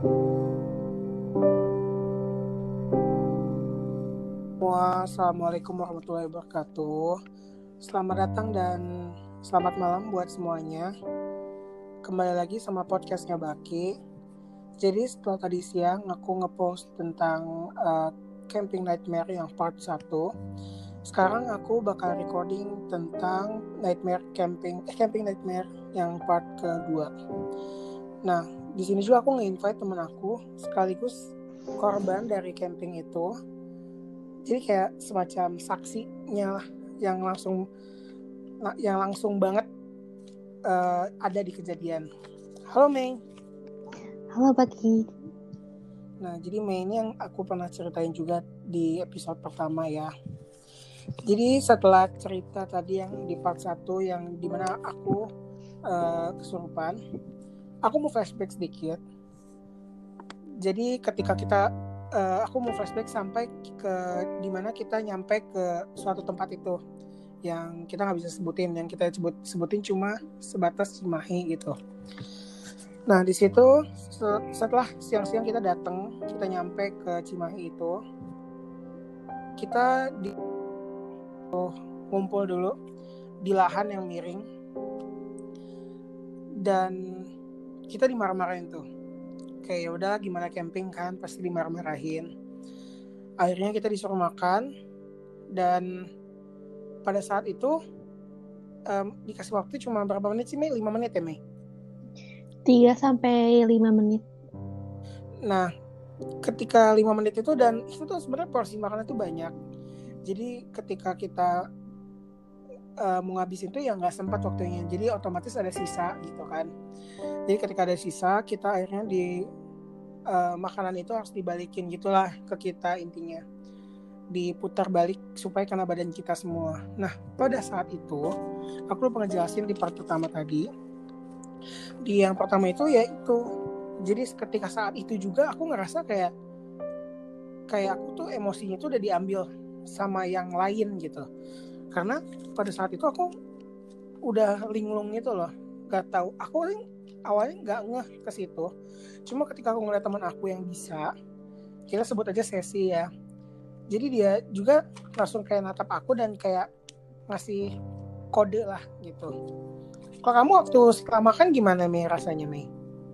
Assalamualaikum warahmatullahi wabarakatuh. Selamat datang dan selamat malam buat semuanya. Kembali lagi sama podcastnya Baki. Jadi setelah tadi siang aku ngepost tentang Camping Nightmare yang part 1. Sekarang aku bakal recording tentang Camping Nightmare yang part kedua. Nah, di sini juga aku nge-invite temen aku sekaligus korban dari camping itu. Jadi kayak semacam saksinya lah yang langsung banget ada di kejadian. Halo Mei. Halo Baki. Nah, jadi Mei ini yang aku pernah ceritain juga di episode pertama ya. Jadi setelah cerita tadi yang di part 1 yang dimana aku kesurupan, aku mau flashback sedikit. Jadi ketika aku mau flashback sampai ke dimana kita nyampe ke suatu tempat itu yang kita nggak bisa sebutin, yang kita sebutin cuma sebatas Cimahi gitu. Nah di situ setelah siang-siang kita datang, kita nyampe ke Cimahi itu, kita ngumpul dulu di lahan yang miring dan kita dimarah-marahin tuh. Kayak ya udah gimana camping kan pasti dimarah-marahin. Akhirnya kita disuruh makan dan pada saat itu dikasih waktu cuma berapa menit sih Mei? 5 menit ya Mei? 3-5 menit. Nah ketika 5 menit itu dan itu tuh sebenarnya porsi makanan tuh banyak. Jadi ketika kita mau ngabisin tuh ya gak sempat waktunya. Jadi otomatis ada sisa gitu kan. Jadi ketika ada sisa kita akhirnya makanan itu harus dibalikin gitulah ke kita intinya. Diputar balik supaya kena badan kita semua. Nah pada saat itu aku lupa ngejelasin di part pertama tadi. Di yang pertama itu ya itu. Jadi ketika saat itu juga aku ngerasa kayak aku tuh emosinya tuh udah diambil sama yang lain gitu. Karena pada saat itu aku udah linglung gitu loh. Gak tahu. Aku awalnya gak ngeh ke situ. Cuma ketika aku ngeliat teman aku yang bisa, kita sebut aja Sesi ya. Jadi dia juga langsung kayak natap aku dan kayak ngasih kode lah gitu. Kalau kamu waktu setelah makan gimana Mei rasanya Mei?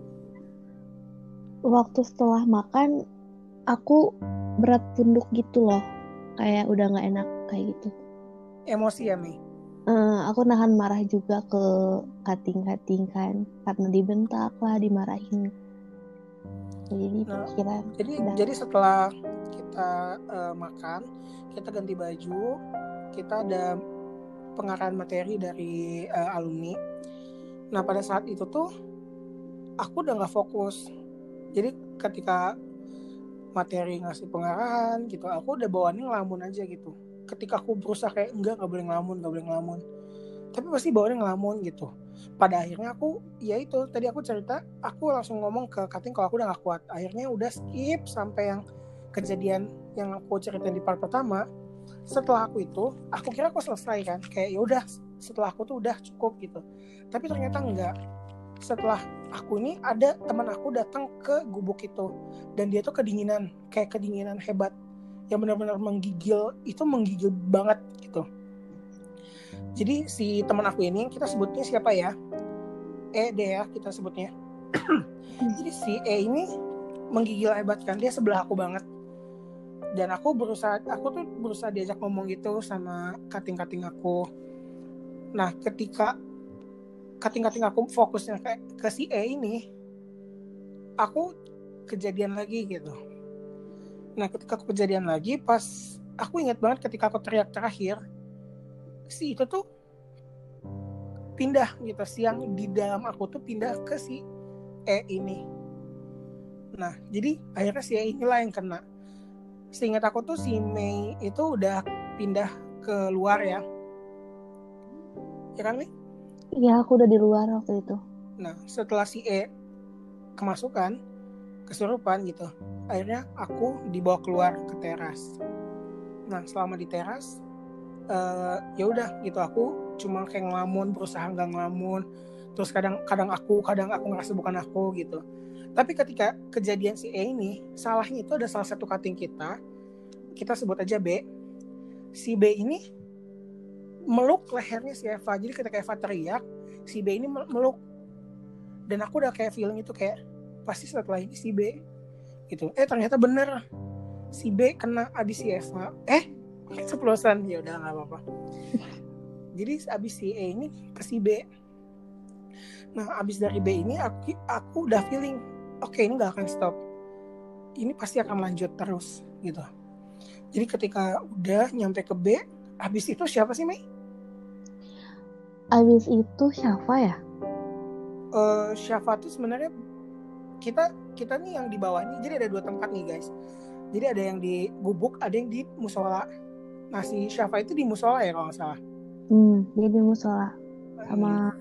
Waktu setelah makan aku berat punduk gitu loh. Kayak udah gak enak kayak gitu. Emosi ya Mei? Aku nahan marah juga ke kating-kating kan. Karena dibentak lah, dimarahin. Jadi pikiran. Jadi setelah kita makan, kita ganti baju, kita ada pengarahan materi dari alumni. Nah pada saat itu tuh aku udah nggak fokus. Jadi ketika materi ngasih pengarahan gitu, aku udah bawaannya ngelamun aja gitu. Ketika aku berusaha kayak nggak boleh ngelamun, tapi pasti bawaannya ngelamun gitu. Pada akhirnya aku ya itu tadi aku cerita, aku langsung ngomong ke Kating kalau aku udah gak kuat. Akhirnya udah skip sampai yang kejadian yang aku ceritain di part pertama. Setelah aku kira aku selesai kan, kayak ya udah setelah aku tuh udah cukup gitu. Tapi ternyata enggak. Setelah aku ini ada teman aku datang ke gubuk itu dan dia tuh kedinginan hebat yang benar-benar menggigil banget gitu. Jadi si teman aku ini kita sebutnya siapa ya? Deh ya kita sebutnya. Jadi si ini menggigil hebat kan, dia sebelah aku banget. Dan aku tuh berusaha diajak ngomong gitu sama kating-kating aku. Nah ketika kating-kating aku fokusnya ke si ini, aku kejadian lagi gitu. Nah ketika aku kejadian lagi, pas aku ingat banget ketika aku teriak terakhir, si itu tuh pindah gitu, siang di dalam aku tuh pindah ke si ini. Nah jadi akhirnya si inilah yang kena. Seingat aku tuh si Mei itu udah pindah ke luar ya kan nih? Iya aku udah di luar waktu itu. Nah setelah si kemasukan kesurupan gitu, akhirnya aku dibawa keluar ke teras. Nah selama di teras ya udah gitu, aku cuma kayak ngelamun, berusaha nggak ngelamun, terus kadang aku ngerasa bukan aku gitu. Tapi ketika kejadian si E ini, salahnya itu ada salah satu cutting kita sebut aja B. Si B ini meluk lehernya si Eva. Jadi ketika Eva teriak, si B ini meluk. Dan aku udah kayak feeling itu kayak pasti setelah ini si B gitu. Ternyata bener si B kena abis si Eva. Ceplosan, ya udah nggak apa-apa. Jadi abis si E ini ke si B. Nah abis dari B ini aku udah feeling oke, ini nggak akan stop. Ini pasti akan lanjut terus gitu. Jadi ketika udah nyampe ke B, abis itu siapa sih Mei? Abis itu Syafa ya? Syafa tuh sebenarnya kita nih yang di bawah nih. Jadi ada 2 tempat nih guys. Jadi ada yang di gubuk, ada yang di musola. Nah si Syafa itu di musola ya kalau nggak salah. Dia di musola sama.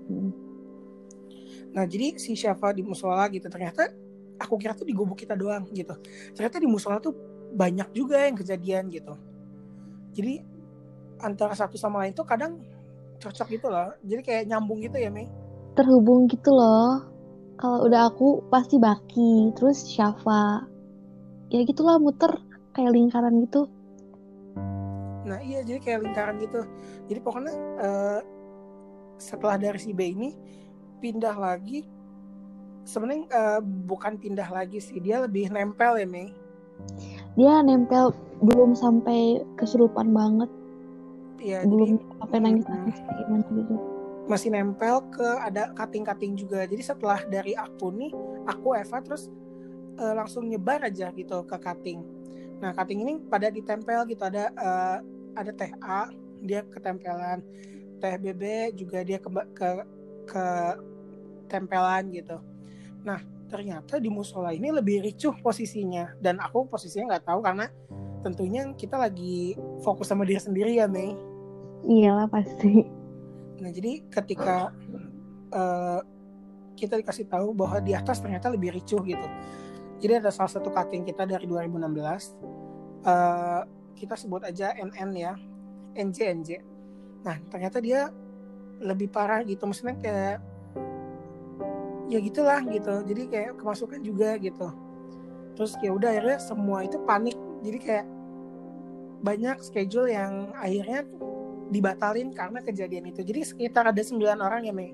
Nah jadi si Syafa di musola gitu. Ternyata aku kira tuh di gubuk kita doang gitu. Ternyata di musola tuh banyak juga yang kejadian gitu. Jadi antara satu sama lain tuh kadang cocok gitu loh. Jadi kayak nyambung gitu ya Mei. Terhubung gitu loh. Kalau udah aku pasti Baki, terus Syafa. Ya gitulah, muter kayak lingkaran gitu. Nah iya, jadi kayak lingkaran gitu. Jadi pokoknya setelah dari si B ini pindah lagi. Sebenarnya bukan pindah lagi sih, dia lebih nempel ya Mei. Dia nempel, belum sampai kesurupan banget. Iya, Belum jadi sampai nangis-nangis kayak gimana gitu. masih nempel ke ada cutting-cutting juga. Jadi setelah dari aku Eva terus langsung nyebar aja gitu ke cutting. Nah cutting ini pada ditempel gitu, ada teh A dia ketempelan, teh BB juga dia ke tempelan gitu. Nah ternyata di musola ini lebih ricuh posisinya, dan aku posisinya nggak tahu karena tentunya kita lagi fokus sama dia sendiri ya Mei. Iyalah pasti. Nah jadi ketika kita dikasih tahu bahwa di atas ternyata lebih ricuh gitu. Jadi ada salah satu cutting kita dari 2016, kita sebut aja NN ya, NJ. Nah ternyata dia lebih parah gitu, maksudnya kayak ya gitulah gitu. Jadi kayak kemasukan juga gitu. Terus ya udah akhirnya semua itu panik. Jadi kayak banyak schedule yang akhirnya dibatalin karena kejadian itu. Jadi sekitar ada 9 orang ya Mei.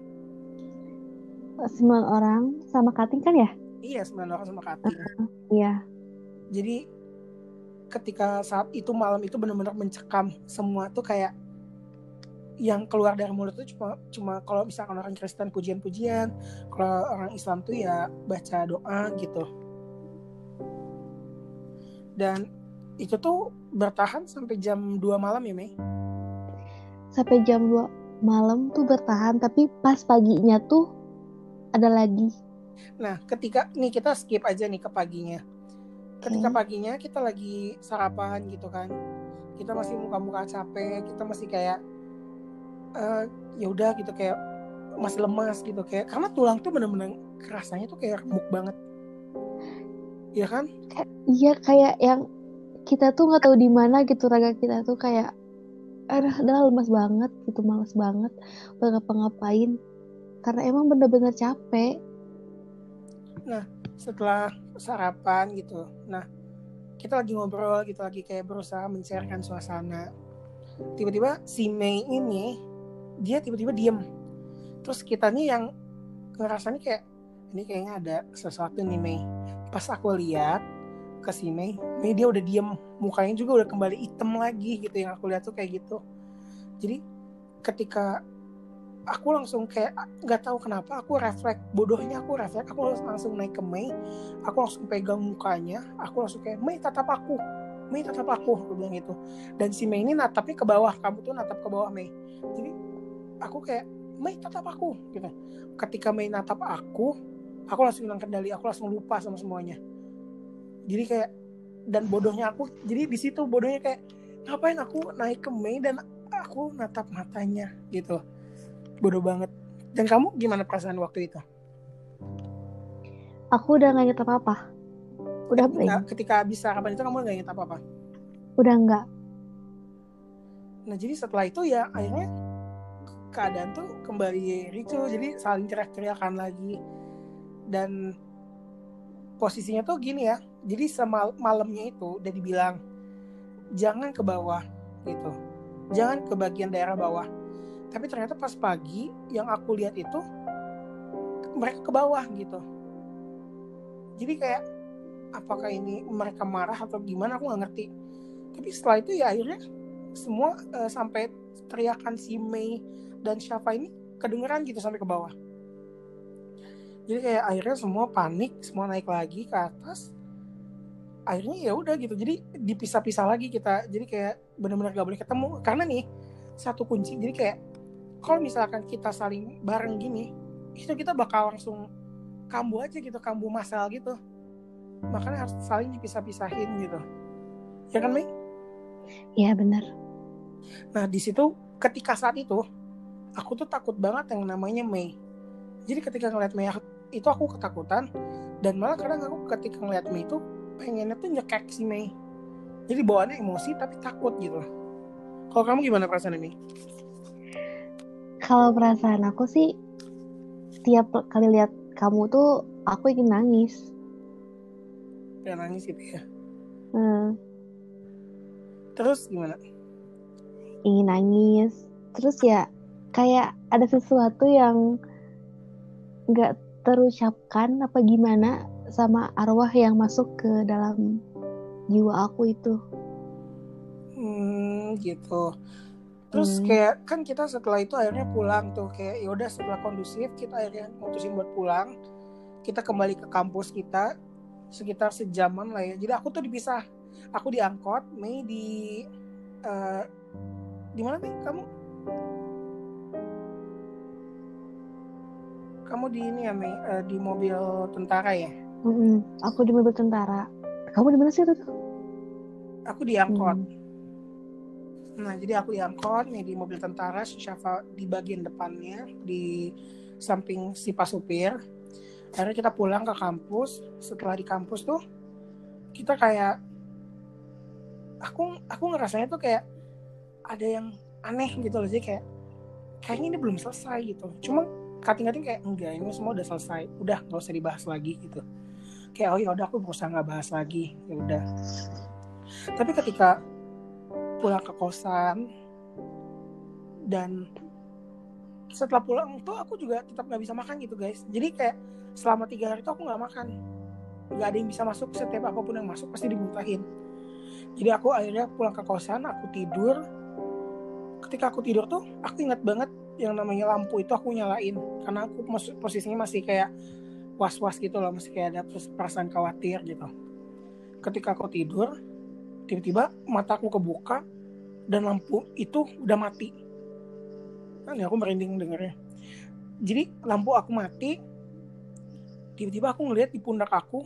9 orang sama cutting kan ya? Iya 9 orang sama cutting. Iya. Jadi ketika saat itu malam itu benar-benar mencekam semua tuh, kayak yang keluar dari mulut tuh cuma kalau misalkan orang Kristen pujian-pujian, kalau orang Islam tuh ya baca doa gitu. Dan itu tuh bertahan sampai jam 2 malam ya Mei. Sampai jam 2 malam tuh bertahan, tapi pas paginya tuh ada lagi. Nah ketika nih kita skip aja nih ke paginya. Ketika paginya kita lagi sarapan gitu kan, kita masih muka-muka capek, kita masih kayak ya udah gitu, kayak masih lemas gitu, kayak karena tulang tuh bener-bener rasanya tuh kayak remuk banget, ya kan? Iya, kayak yang kita tuh nggak tahu di mana gitu, raga kita tuh kayak udah lemas banget gitu, malas banget udah ngapa-ngapain karena emang bener-bener capek. Nah setelah sarapan gitu, nah kita lagi ngobrol gitu, lagi kayak berusaha mencairkan suasana. Tiba-tiba si Mei ini dia tiba-tiba diem. Terus kita nih yang ngerasanya kayak ini kayaknya ada sesuatu nih Mei. Pas aku lihat ke si Mei dia udah diem, mukanya juga udah kembali hitam lagi gitu. Yang aku lihat tuh kayak gitu. Jadi ketika aku langsung kayak nggak tahu kenapa aku refleks, aku langsung naik ke Mei, aku langsung pegang mukanya, aku langsung kayak Mei tatap aku, aku bilang gitu. Dan si Mei ini natapnya ke bawah, kamu tuh natap ke bawah Mei. Jadi aku kayak Mei tatap aku gitu. Ketika Mei natap aku langsung hilang kendali, aku langsung lupa sama semuanya. Jadi kayak, dan bodohnya aku, jadi di situ bodohnya kayak ngapain aku naik ke Mei dan aku natap matanya gitu. Bodoh banget. Dan kamu gimana perasaan waktu itu? Aku udah gak inget apa-apa. Udah ketika habis sarapan itu kamu gak inget apa-apa? Udah enggak. Nah jadi setelah itu ya akhirnya keadaan tuh kembali ricuh, jadi saling teriak-teriakan lagi. Dan posisinya tuh gini ya, jadi malamnya itu udah dibilang jangan ke bawah gitu, jangan ke bagian daerah bawah. Tapi ternyata pas pagi yang aku lihat itu mereka ke bawah gitu. Jadi kayak apakah ini mereka marah atau gimana, aku nggak ngerti. Tapi setelah itu ya akhirnya semua sampai teriakan si Mei dan Syafa ini kedengeran gitu sampai ke bawah. Jadi kayak akhirnya semua panik, semua naik lagi ke atas. Akhirnya ya udah gitu. Jadi dipisah-pisah lagi kita. Jadi kayak benar-benar gak boleh ketemu. Karena nih satu kunci. Jadi kayak kalau misalkan kita saling bareng gini, itu kita bakal langsung kambuh aja gitu, kambuh massal gitu. Makanya harus saling dipisah-pisahin gitu. Ya kan, Mei? Iya benar. Nah di situ ketika saat itu aku tuh takut banget yang namanya Mei. Jadi ketika ngeliat Mei itu aku ketakutan, dan malah kadang aku ketika ngeliat Mei itu pengennya tuh nyekek si Mei. Jadi bawaannya emosi tapi takut gitu. Kalau kamu gimana perasaan Mei? Kalau perasaan aku sih, tiap kali lihat kamu tuh aku ingin nangis. Pengen nangis gitu ya. Terus gimana? Ingin nangis. Terus ya kayak ada sesuatu yang nggak terucapkan apa gimana sama arwah yang masuk ke dalam jiwa aku itu. Gitu. Terus kayak kan kita setelah itu akhirnya pulang tuh, kayak yaudah setelah kondusif kita akhirnya mutusin buat pulang. Kita kembali ke kampus kita sekitar sejaman lah ya. Jadi aku tuh dipisah. Aku diangkot, Mei di mana nih kamu? Kamu di ini ya Mei, di mobil tentara ya? Aku di mobil tentara. Kamu di mana sih tuh? Aku diangkot. Nah jadi aku diangkot nih di mobil tentara, Syafa di bagian depannya, di samping si pas supir. Akhirnya kita pulang ke kampus. Setelah di kampus tuh kita kayak aku ngerasanya tuh kayak ada yang aneh gitu loh, sih kayaknya ini belum selesai gitu. Cuma kating-kating kayak enggak, ini semua udah selesai, udah nggak usah dibahas lagi gitu. Kayak oh ya udah aku berusaha nggak bahas lagi, ya udah. Tapi ketika pulang ke kosan dan setelah pulang tuh aku juga tetap nggak bisa makan gitu guys. Jadi kayak selama 3 hari tuh aku nggak makan, nggak ada yang bisa masuk. Setiap apapun yang masuk pasti dimuntahin. Jadi aku akhirnya pulang ke kosan, aku tidur. Ketika aku tidur tuh aku ingat banget yang namanya lampu itu aku nyalain, karena aku posisinya masih kayak was-was gitu loh, masih kayak ada perasaan khawatir gitu. Ketika aku tidur, tiba-tiba mata aku kebuka dan lampu itu udah mati. Kan aku merinding dengernya. Jadi lampu aku mati, tiba-tiba aku ngeliat di pundak aku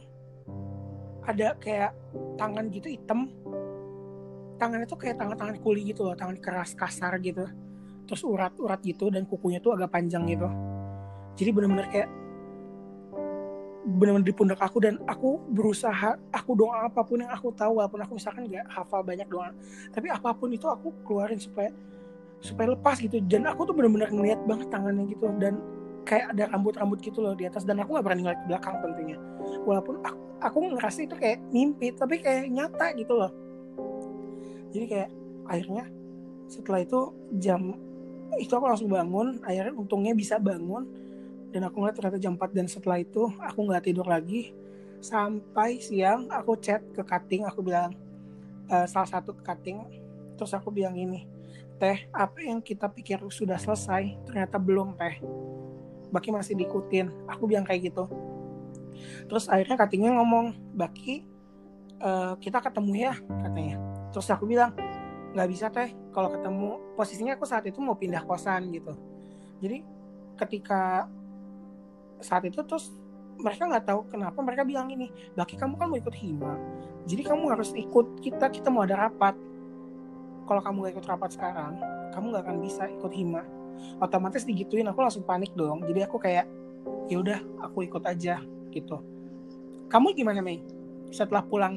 ada kayak tangan gitu hitam. Tangannya tuh kayak tangan kuli gitu loh, tangan keras kasar gitu. Terus urat-urat gitu dan kukunya tuh agak panjang gitu. Jadi benar-benar kayak benar-benar di pundak aku, dan aku berusaha, aku doa apapun yang aku tahu, walaupun aku misalkan nggak hafal banyak doa, tapi apapun itu aku keluarin supaya lepas gitu. Dan aku tuh benar-benar ngeliat banget tangannya gitu, dan kayak ada rambut-rambut gitu loh di atas, dan aku nggak berani ngeliat ke belakang tentunya, walaupun aku ngerasa itu kayak mimpi tapi kayak nyata gitu loh. Jadi kayak akhirnya setelah itu jam itu aku langsung bangun, akhirnya untungnya bisa bangun. Dan aku ngeliat ternyata jam 4, dan setelah itu aku gak tidur lagi sampai siang. Aku chat ke cutting, aku bilang salah satu cutting, terus aku bilang ini, Teh, apa yang kita pikir sudah selesai ternyata belum Teh, Baki masih diikutin. Aku bilang kayak gitu. Terus akhirnya cuttingnya ngomong, Baki kita ketemu ya katanya. Terus aku bilang nggak bisa Teh, kalau ketemu, posisinya aku saat itu mau pindah kosan gitu. Jadi ketika saat itu terus mereka nggak tahu kenapa mereka bilang ini, Baki kamu kan mau ikut hima, jadi kamu harus ikut kita mau ada rapat. Kalau kamu nggak ikut rapat sekarang, kamu nggak akan bisa ikut hima. Otomatis digituin, aku langsung panik dong. Jadi aku kayak ya udah aku ikut aja gitu. Kamu gimana Mei? Setelah pulang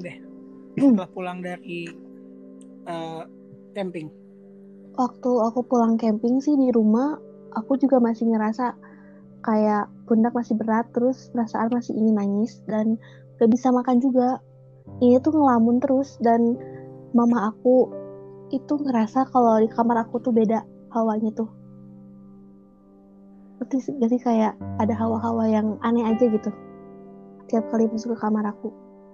dari camping. Waktu aku pulang camping sih di rumah, aku juga masih ngerasa kayak pundak masih berat, terus perasaan masih ingin nangis, dan gak bisa makan juga. Ini tuh ngelamun terus, dan mama aku itu ngerasa kalau di kamar aku tuh beda hawanya tuh. Ngerti gak sih, kayak ada hawa-hawa yang aneh aja gitu tiap kali masuk ke kamar aku.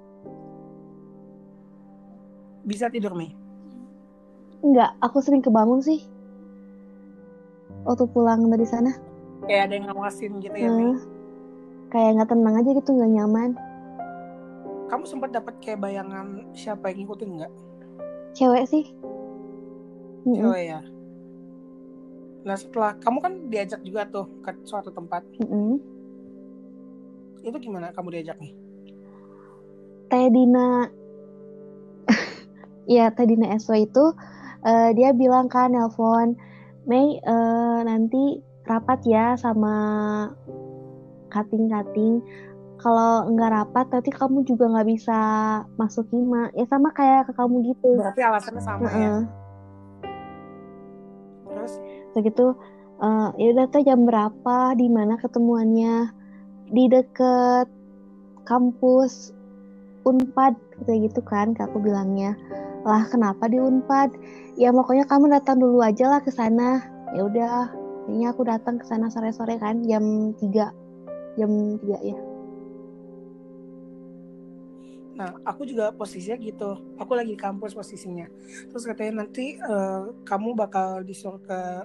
Bisa tidur, Mei? Enggak, aku sering kebangun sih waktu pulang dari sana. Kayak ada yang ngawasin gitu ya, Mei? Kayak nggak tenang aja gitu, nggak nyaman. Kamu sempat dapat kayak bayangan siapa yang ngikutin nggak? Cewek sih. Cewek ya. Nah setelah kamu kan diajak juga tuh ke suatu tempat, itu gimana kamu diajaknya? Teh Dina, ya Teh Dina SW itu dia bilang kan, nelpon, Mei nanti rapat ya sama kating-kating. Kalau nggak rapat nanti kamu juga nggak bisa masuk hima. Ya sama kayak ke kamu gitu. Berarti alasannya sama ya. Terus? Begitu, ya udah teh jam berapa, di mana ketemuannya? Di deket kampus Unpad kayak gitu kan, aku bilangnya. Lah kenapa di Unpad? Ya pokoknya kamu datang dulu aja lah ke sana. Ya udah, kayaknya aku datang ke sana sore-sore kan, jam 3 ya. Nah, aku juga posisinya gitu. Aku lagi di kampus posisinya. Terus katanya nanti kamu bakal disuruh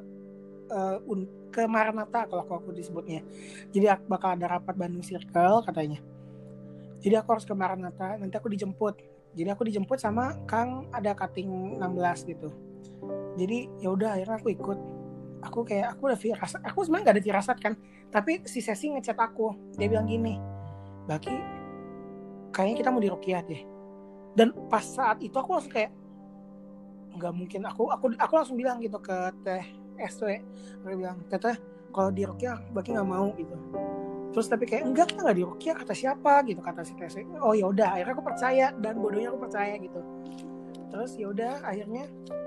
ke Maranatha kalau aku disebutnya. Jadi bakal ada rapat Bandung Circle katanya. Jadi aku harus ke Maranatha, nanti aku dijemput. Jadi aku dijemput sama Kang, ada cutting 16 gitu. Jadi ya udah akhirnya aku ikut. Aku udah firasat. Aku sebenarnya gak ada firasat kan. Tapi si Sesi ngechat aku. Dia bilang gini, Baki, kayaknya kita mau diruqyah deh. Dan pas saat itu aku langsung kayak, nggak mungkin. Aku langsung bilang gitu ke Teh SW. Aku bilang, Teteh, kalau diruqyah Baki nggak mau gitu. Terus tapi kayak enggak, kita nggak diruqyah, kata siapa gitu, kata si Teh. Oh ya udah, akhirnya aku percaya, dan bodohnya aku percaya gitu. Terus ya udah akhirnya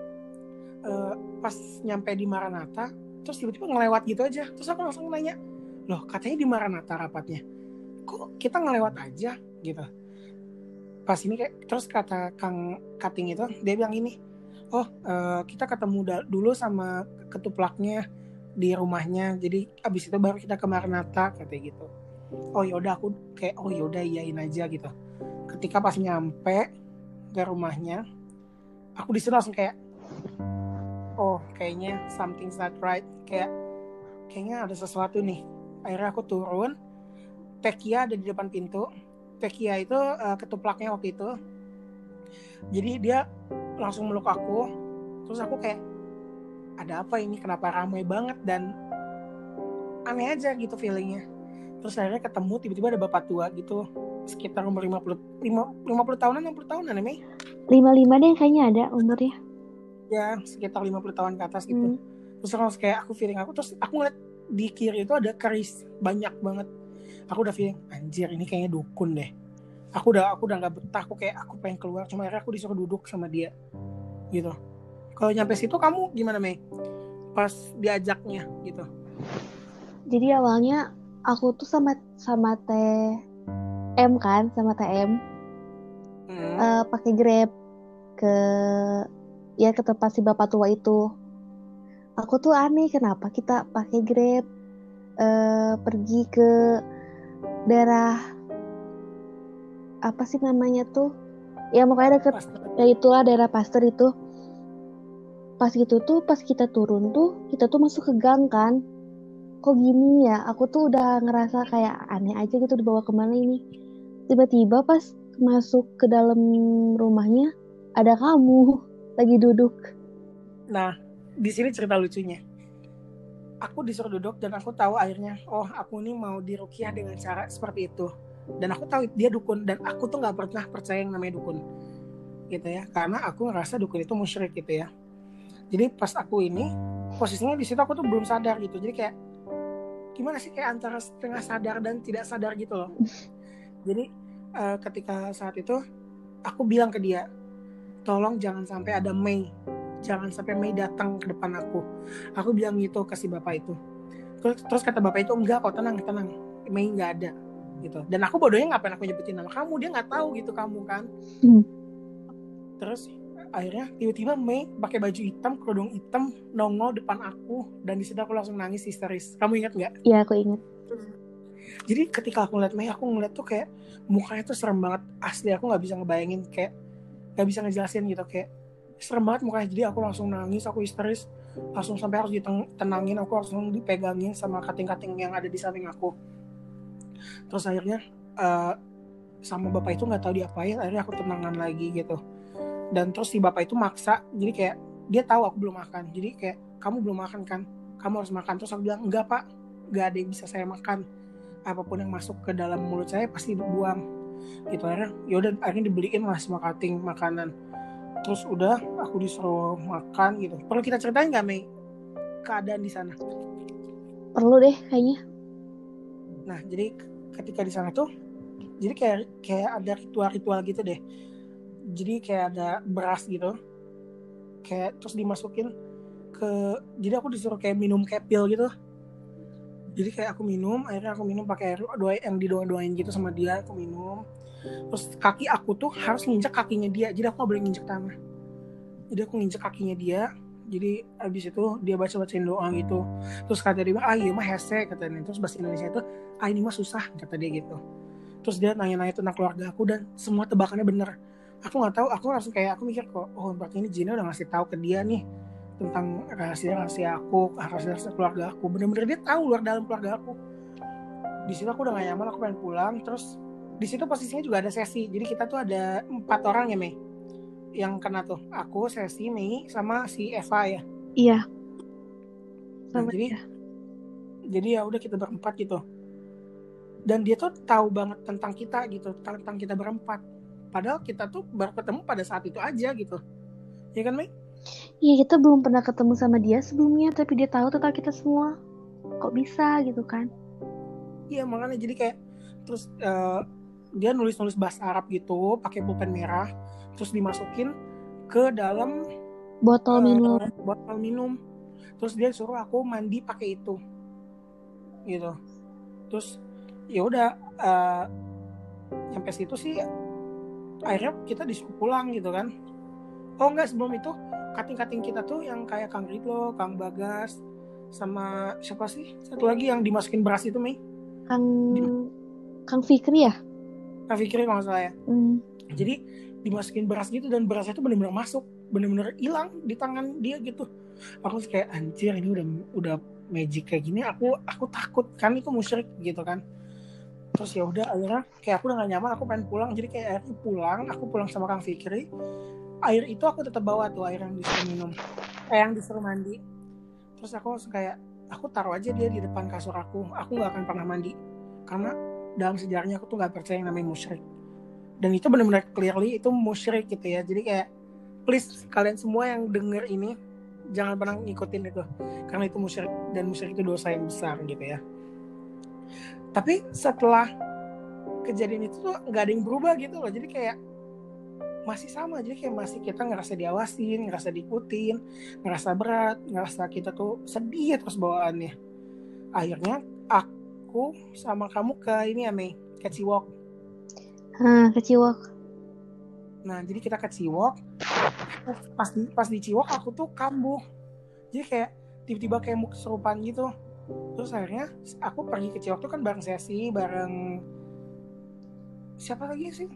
pas nyampe di Maranatha, terus tiba-tiba ngelewat gitu aja. Terus aku langsung nanya, loh katanya di Maranatha rapatnya, kok kita ngelewat aja gitu. Pas ini kayak, terus kata Kang Kating itu, dia bilang ini, oh kita ketemu dulu sama ketuplaknya di rumahnya, jadi abis itu baru kita ke Maranatha katanya gitu. Oh yaudah, aku kayak oh yaudah iyain aja gitu. Ketika pas nyampe ke rumahnya, aku disitu langsung kayak, oh kayaknya something's not right, kayaknya ada sesuatu nih. Akhirnya aku turun, Tekia ada di depan pintu. Tekia itu ketuplaknya waktu itu. Jadi dia langsung meluk aku. Terus aku kayak, ada apa ini, kenapa ramai banget, dan aneh aja gitu feelingnya. Terus akhirnya ketemu, tiba-tiba ada bapak tua gitu, sekitar umur 50 tahunan, 60 tahunan ya, Mei? 55 deh kayaknya ada umurnya. Ya, sekitar 50 tahun ke atas gitu. Terus langsung kayak aku feeling aku, terus aku ngeliat di kiri itu ada keris banyak banget. Aku udah feeling, anjir ini kayaknya dukun deh. Aku udah gak betah, aku pengen keluar, cuma akhirnya aku disuruh duduk sama dia gitu. Kalau nyampe situ kamu gimana, Mei? Pas diajaknya gitu. Jadi awalnya aku tuh sama TM kan, sama TM pakai Grab ke tempat si bapak tua itu. Aku tuh aneh, kenapa kita pakai Grab pergi ke daerah apa sih namanya tuh, ya pokoknya deket ya itulah, daerah Pasteur itu. Pas gitu tuh, pas kita turun tuh, kita tuh masuk ke gang kan. Kok gini ya, aku tuh udah ngerasa kayak aneh aja gitu, dibawa kemana ini. Tiba-tiba pas masuk ke dalam rumahnya, ada kamu lagi duduk. Nah, di sini cerita lucunya. Aku disuruh duduk dan aku tahu akhirnya, oh aku ini mau diruqyah dengan cara seperti itu. Dan aku tahu dia dukun, dan aku tuh nggak pernah percaya yang namanya dukun gitu ya, karena aku ngerasa dukun itu musyrik gitu ya. Jadi pas aku ini posisinya di situ, aku tuh belum sadar gitu. Jadi kayak gimana sih, kayak antara setengah sadar dan tidak sadar gitu loh. Jadi ketika saat itu aku bilang ke dia, tolong jangan sampai ada Mei, jangan sampai Mei datang ke depan aku. Aku bilang gitu ke si bapak itu. Terus kata bapak itu, enggak kok, tenang, Mei nggak ada. gitu. Dan aku bodohnya ngapain aku nyebutin nama kamu, dia nggak tahu gitu kamu kan. Terus akhirnya tiba-tiba Mei pakai baju hitam, kerudung hitam, nongol depan aku, dan di situ aku langsung nangis histeris. Kamu ingat nggak? Iya, aku ingat. Jadi ketika aku ngeliat Mei, aku ngeliat tuh kayak mukanya tuh serem banget, asli aku nggak bisa ngebayangin, kayak nggak bisa ngejelasin gitu, kayak serem banget mukanya. Jadi aku langsung nangis, aku histeris, langsung sampai harus ditenangin, aku langsung dipegangin sama kating-kating yang ada di samping aku. Terus akhirnya sama bapak itu nggak tahu diapain, akhirnya aku tenangan lagi gitu. Dan terus si bapak itu maksa, jadi kayak dia tahu aku belum makan, jadi kayak kamu belum makan kan, kamu harus makan. Terus aku bilang enggak pak, nggak ada yang bisa saya makan, apapun yang masuk ke dalam mulut saya pasti dibuang gitu. Akhirnya yaudah, akhirnya dibeliin lah semua cutting makanan. Terus udah aku disuruh makan gitu. Perlu kita ceritain nggak Mei keadaan di sana? Perlu deh kayaknya. Nah jadi ketika di sana tuh, jadi kayak ada ritual gitu deh. Jadi kayak ada beras gitu, kayak terus dimasukin ke, jadi aku disuruh kayak minum kayak pil gitu. Jadi kayak aku minum, akhirnya aku minum pakai air doa yang didoain gitu sama dia, aku minum. Terus kaki aku tuh harus nginjek kakinya dia, jadi aku gak boleh nginjek tanah. Jadi aku nginjek kakinya dia. Jadi abis itu dia bacain doa gitu. Terus kata dia, iya mah hese katanya. Terus bahasa Indonesia itu, ini mah susah kata dia gitu. Terus dia nanya-nanya tentang keluarga aku dan semua tebakannya bener. Aku nggak tahu, aku langsung kayak aku mikir kok, oh berarti ini Jinnya udah ngasih tahu ke dia nih tentang rahasia aku, rahasia keluarga aku. Bener-bener dia tahu luar dalam keluarga aku. Di situ aku udah gak nyaman, aku pengen pulang. Terus di situ posisinya juga ada sesi. Jadi kita tuh ada 4 orang ya Mei yang kena tuh. Aku, Sesi, Mei, sama si Eva ya. Iya. Nah jadi ya udah kita berempat gitu. Dan dia tuh tahu banget tentang kita gitu, tentang kita berempat. Padahal kita tuh baru ketemu pada saat itu aja gitu. Ya kan Mei? Iya, kita belum pernah ketemu sama dia sebelumnya, tapi dia tahu tentang kita semua. Kok bisa gitu kan? Iya makanya jadi kayak terus dia nulis bahasa Arab gitu pakai pulpen merah, terus dimasukin ke dalam Botol minum. Terus dia suruh aku mandi pakai itu gitu. Terus ya udah sampai situ sih akhirnya kita disuruh pulang gitu kan. Oh enggak, sebelum itu kating-kating kita tuh yang kayak Kang Ridlo, Kang Bagas, sama siapa sih satu lagi yang dimasukin beras itu Mei? Kang Fikri ya? Kang Fikri kalau nggak salah ya. Jadi dimasukin beras gitu dan berasnya itu benar-benar masuk, benar-benar hilang di tangan dia gitu. Aku kayak anjir, ini udah magic kayak gini, aku takut kan, itu musyrik gitu kan. Terus ya udah akhirnya kayak aku udah gak nyaman, aku pengen pulang. Jadi kayak akhirnya aku pulang sama Kang Fikri. Air itu aku tetap bawa tuh, air yang disuruh minum, yang disuruh mandi. Terus aku langsung kayak aku taruh aja dia di depan kasur aku gak akan pernah mandi karena dalam sejarahnya aku tuh gak percaya yang namanya musyrik. Dan itu benar-benar clearly itu musyrik gitu ya. Jadi kayak please kalian semua yang denger ini jangan pernah ngikutin itu, karena itu musyrik, dan musyrik itu dosa yang besar gitu ya. Tapi setelah kejadian itu tuh gak ada yang berubah gitu loh. Jadi kayak masih sama, jadi kayak masih kita ngerasa diawasin, ngerasa diikutin, ngerasa berat, ngerasa kita tuh sedih terus bawaannya. Akhirnya aku sama kamu ke ini ya Mei, ke Ciwok. Ke Ciwok. Nah jadi kita ke Ciwok. Pas di Ciwok aku tuh kambuh. Jadi kayak tiba-tiba kayak mau kesurupan gitu. Terus akhirnya aku pergi ke Ciwok tuh kan bareng Sesi, bareng siapa lagi sih?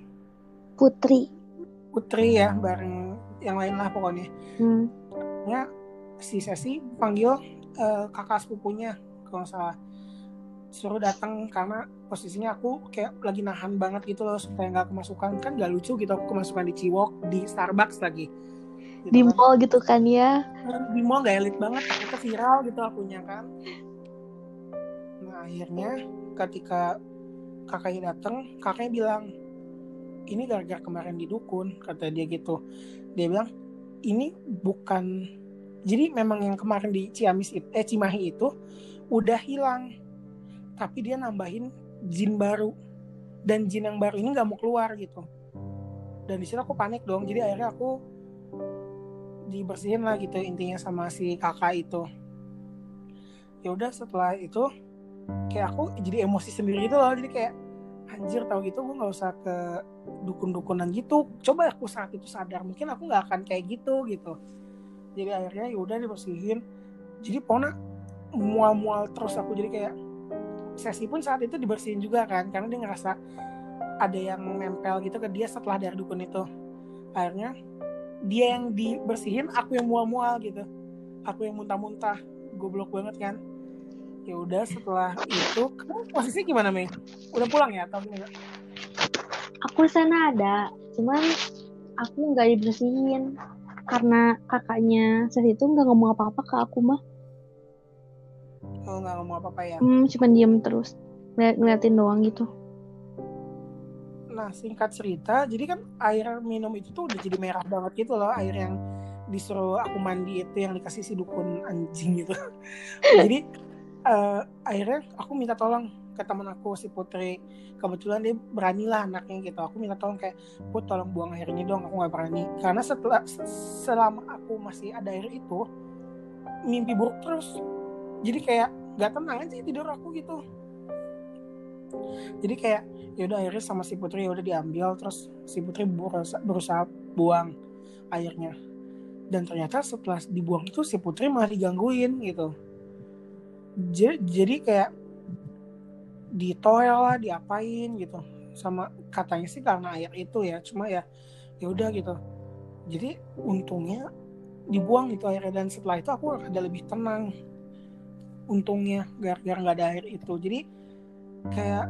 Putri ya, bareng yang lain lah pokoknya. Ya si Sesi panggil kakak sepupunya kalau nggak salah, suruh datang karena posisinya aku kayak lagi nahan banget gitu loh supaya nggak kemasukan. Kan nggak lucu gitu aku kemasukan di Ciwok, di Starbucks lagi gitu di kan. mall gitu kan ya. Di mall nggak elit banget, takutnya viral gitu akunya kan. Nah akhirnya ketika kakaknya datang, kakaknya bilang ini gara-gara kemarin di dukun, kata dia gitu. Dia bilang ini bukan, jadi memang yang kemarin di Cimahi itu udah hilang, tapi dia nambahin jin baru, dan jin yang baru ini nggak mau keluar gitu. Dan di situ aku panik dong. Jadi akhirnya aku dibersihin lah gitu intinya sama si kakak itu. Ya udah setelah itu kayak aku jadi emosi sendiri gitu loh. Jadi kayak anjir tahu gitu gue nggak usah ke dukun-dukunan gitu. Coba aku saat itu sadar mungkin aku nggak akan kayak gitu gitu. Jadi akhirnya ya udah dibersihin. Jadi pokoknya mual-mual terus aku, jadi kayak sesi pun saat itu dibersihin juga kan, karena dia ngerasa ada yang nempel gitu ke dia setelah dari dukun itu. Akhirnya dia yang dibersihin, aku yang mual-mual gitu, aku yang muntah-muntah, goblok banget kan. Ya udah setelah itu, kamu posisinya gimana Mei? Udah pulang ya atau gimana? Aku sana ada, cuman aku nggak dibersihin karena kakaknya Seth itu nggak ngomong apa-apa ke aku mah. Oh nggak ngomong apa-apa ya. Cuman diem terus ngeliatin doang gitu. Nah singkat cerita, jadi kan air minum itu tuh udah jadi merah banget gitu loh, air yang disuruh aku mandi itu, yang dikasih si dukun anjing gitu. Jadi akhirnya aku minta tolong ke teman aku si Putri, kebetulan dia berani lah anaknya gitu. Aku minta tolong kayak, Put tolong buang air ini dong, aku nggak berani karena selama aku masih ada air itu mimpi buruk terus. Jadi kayak nggak tenang aja tidur aku gitu. Jadi kayak yaudah airnya sama si Putri yaudah diambil, terus si Putri berusaha buang airnya, dan ternyata setelah dibuang itu si Putri malah digangguin gitu. Jadi kayak ditoel lah, diapain gitu, sama katanya sih karena air itu ya, cuma ya udah gitu. Jadi untungnya dibuang itu airnya, dan setelah itu aku ada lebih tenang untungnya gara-gara nggak ada air itu. Jadi kayak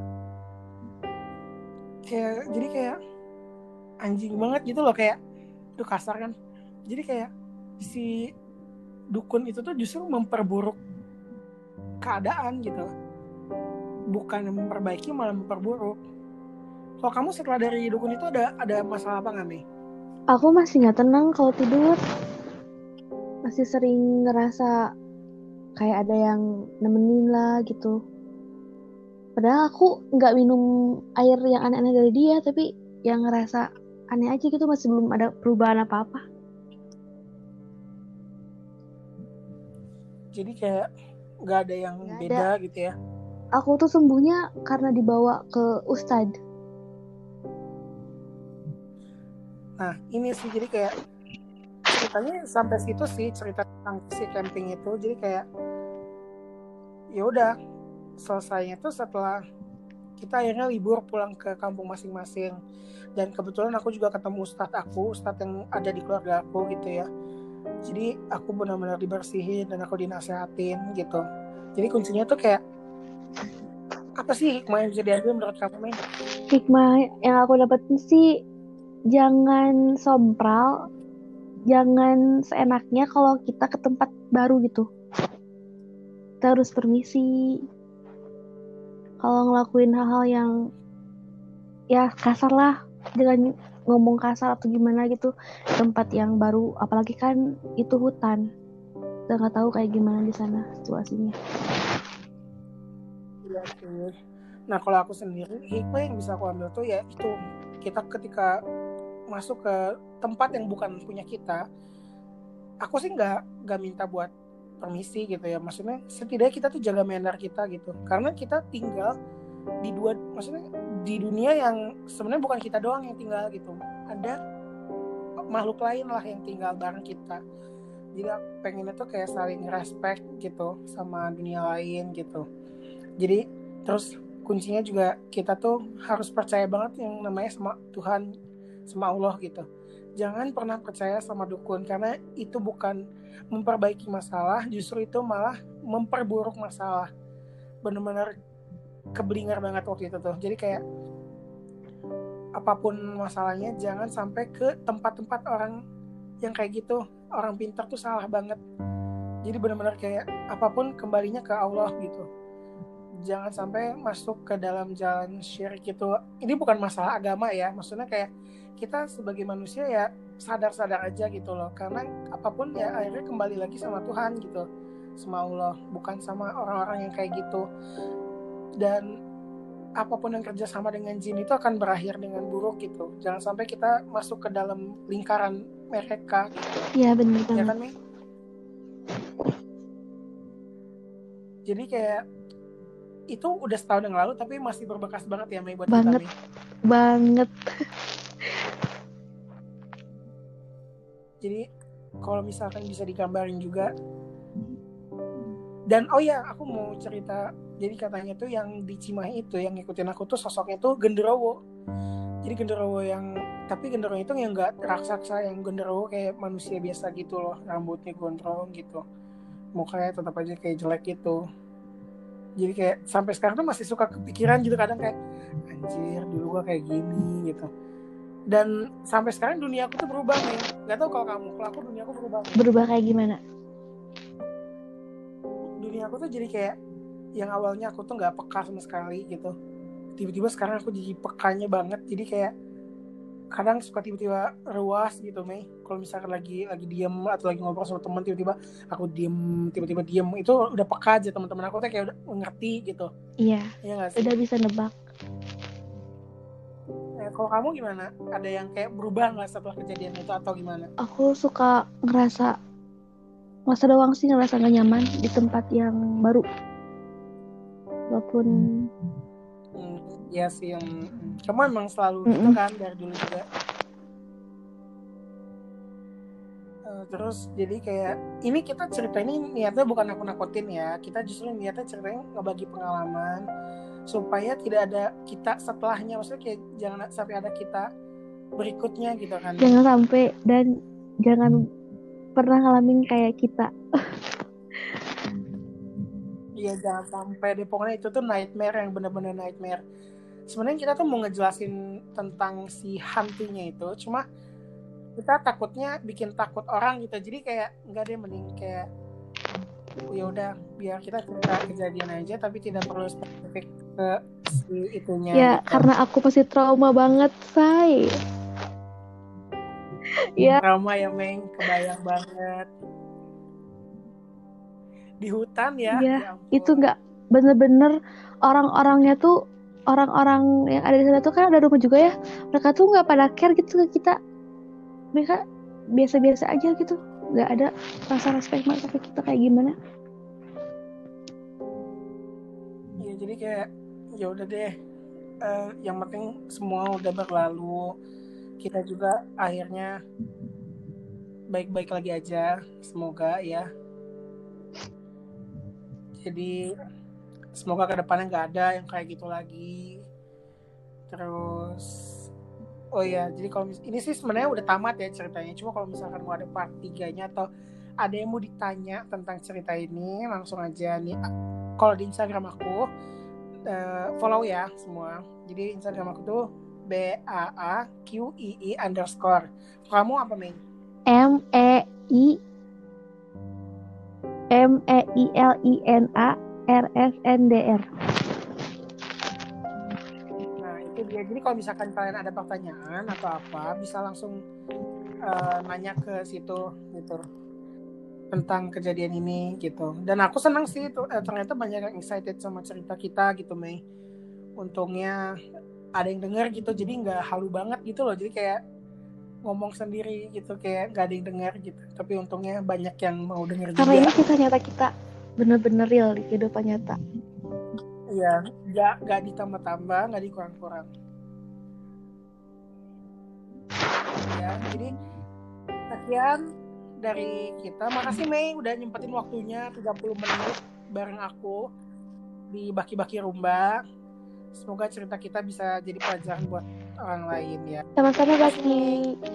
jadi kayak anjing banget gitu loh, kayak itu kasar kan. Jadi kayak si dukun itu tuh justru memperburuk keadaan gitu, bukan memperbaiki malah memperburuk. Kalau kamu setelah dari dukun itu ada masalah apa nggak, Mei? Aku masih nggak tenang kalau tidur, masih sering ngerasa kayak ada yang nemenin lah gitu. Padahal aku nggak minum air yang aneh-aneh dari dia, tapi yang ngerasa aneh aja gitu, masih belum ada perubahan apa-apa. Jadi kayak nggak ada yang Nggak beda ada. gitu ya. Aku tuh sembuhnya karena dibawa ke Ustadz. Nah ini sih, jadi kayak ceritanya sampai situ sih cerita tentang si camping itu. Jadi kayak ya udah selesainya tuh setelah kita akhirnya libur pulang ke kampung masing-masing, dan kebetulan aku juga ketemu ustadz yang ada di keluarga aku gitu ya. Jadi aku benar-benar dibersihin dan aku dinasehatin gitu. Jadi kuncinya tuh kayak apa sih hikmah yang bisa diambil menurut kamu, Mei? Hikmah yang aku dapetin sih, jangan sompral, jangan seenaknya kalau kita ke tempat baru gitu. Kita harus permisi. Kalau ngelakuin hal-hal yang ya kasar lah, jangan ngomong kasar atau gimana gitu. Tempat yang baru, apalagi kan itu hutan. Kita nggak tahu kayak gimana di sana situasinya. Iya sih. Nah kalau aku sendiri, hikmah yang bisa aku ambil tuh ya itu, kita ketika masuk ke tempat yang bukan punya kita, aku sih nggak minta buat permisi gitu ya. Maksudnya setidaknya kita tuh jaga mental kita gitu, karena kita tinggal maksudnya di dunia yang sebenarnya bukan kita doang yang tinggal gitu, ada makhluk lain lah yang tinggal bareng kita. Jadi aku pengennya tuh kayak saling respect gitu sama dunia lain gitu. Jadi terus kuncinya juga kita tuh harus percaya banget yang namanya sama Tuhan, sama Allah gitu. Jangan pernah percaya sama dukun, karena itu bukan memperbaiki masalah, justru itu malah memperburuk masalah. Bener-bener keblinger banget waktu itu tuh. Jadi kayak apapun masalahnya jangan sampai ke tempat-tempat orang yang kayak gitu. Orang pintar tuh salah banget. Jadi benar-benar kayak apapun kembalinya ke Allah gitu. Jangan sampai masuk ke dalam jalan syirik gitu. Ini bukan masalah agama ya, maksudnya kayak kita sebagai manusia ya sadar-sadar aja gitu loh. Karena apapun ya akhirnya kembali lagi sama Tuhan gitu, sama Allah, bukan sama orang-orang yang kayak gitu. Dan apapun yang kerja sama dengan jin itu akan berakhir dengan buruk gitu. Jangan sampai kita masuk ke dalam lingkaran mereka gitu. Iya bener banget. Ya kan, Mi? Jadi kayak itu udah setahun yang lalu tapi masih berbekas banget ya Mei buat Banget. kita Mei. Banget. Jadi kalau misalkan bisa digambarin juga. Dan oh ya, aku mau cerita. Jadi katanya tuh yang di Cimahi itu yang ngikutin aku tuh sosoknya tuh genderuwo. Jadi genderuwo yang, tapi genderuwo itu yang nggak raksasa, yang genderuwo kayak manusia biasa gitu loh, rambutnya gondrong gitu, mukanya tetap aja kayak jelek gitu. Jadi kayak sampai sekarang tuh masih suka kepikiran gitu kadang kayak anjir dulu gua kayak gini gitu. Dan sampai sekarang dunia aku tuh berubah nih. Gak tau kalau kamu, kalau aku dunia aku berubah. Berubah kayak gimana? Dunia aku tuh jadi kayak yang awalnya aku tuh nggak peka sama sekali gitu. Tiba-tiba sekarang aku jadi pekanya banget. Jadi kayak kadang suka tiba-tiba ruas gitu Mei. Kalau misalkan lagi diem atau lagi ngobrol sama teman tiba-tiba aku diem, tiba-tiba diem, itu udah peka aja. Teman-teman aku tuh kayak udah ngerti gitu. Iya. Iya nggak sih? Udah bisa nebak. Kalau kamu gimana? Ada yang kayak berubah nggak setelah kejadian itu atau gimana? Aku suka ngerasa doang sih ngerasa gak nyaman di tempat yang baru. Walaupun ya sih yang kamu emang selalu gitu kan dari dulu juga. Terus jadi kayak ini kita cerita ini niatnya bukan aku nakutin ya, kita justru niatnya ceritanya ngebagi pengalaman supaya tidak ada kita setelahnya, maksudnya kayak jangan sampai ada kita berikutnya gitu kan. Jangan sampai, dan jangan pernah ngalamin kayak kita. Iya jangan sampai deh, pokoknya itu tuh nightmare yang benar-benar nightmare. Sebenarnya kita tuh mau ngejelasin tentang si hantunya itu, cuma kita takutnya bikin takut orang gitu, jadi kayak enggak deh, mending kayak ya udah biar kita cerita kejadian aja tapi tidak perlu spesifik ke si itunya ya gitu. Karena aku masih trauma banget say. Ya Trauma ya Meng, kebayang banget di hutan ya. Ya itu nggak bener-bener orang-orangnya tuh, orang-orang yang ada di sana tuh kan ada rumah juga ya, mereka tuh nggak pada care gitu ke kita, mereka biasa-biasa aja gitu, nggak ada rasa respect mereka ke kita kayak gimana. Ya jadi kayak ya udah deh, yang penting semua udah berlalu, kita juga akhirnya baik-baik lagi aja semoga ya. Jadi semoga kedepannya nggak ada yang kayak gitu lagi. Terus oh ya, jadi kalau ini sih sebenarnya udah tamat ya ceritanya, cuma kalau misalkan mau ada part 3-nya atau ada yang mau ditanya tentang cerita ini, langsung aja nih kalau di Instagram aku, follow ya semua. Jadi Instagram aku tuh BAAQII_. Kamu apa Mei? MEILINARSNDR. Nah itu dia. Jadi kalau misalkan kalian ada pertanyaan atau apa, bisa langsung nanya ke situ gitu tentang kejadian ini gitu. Dan aku senang sih ternyata banyak yang excited sama cerita kita gitu Mei. Untungnya ada yang denger gitu, jadi nggak halu banget gitu loh, jadi kayak ngomong sendiri gitu, kayak nggak ada yang denger gitu, tapi untungnya banyak yang mau denger juga. Karena ini kisah nyata kita, bener-bener real di kehidupan nyata. Iya, nggak ditambah-tambah, nggak dikurang-kurang. Ya, jadi sekian dari kita. Makasih Mei udah nyempetin waktunya 30 menit bareng aku di Baki-Baki Rumba. Semoga cerita kita bisa jadi pelajaran buat orang lain ya. Sama-sama Baki.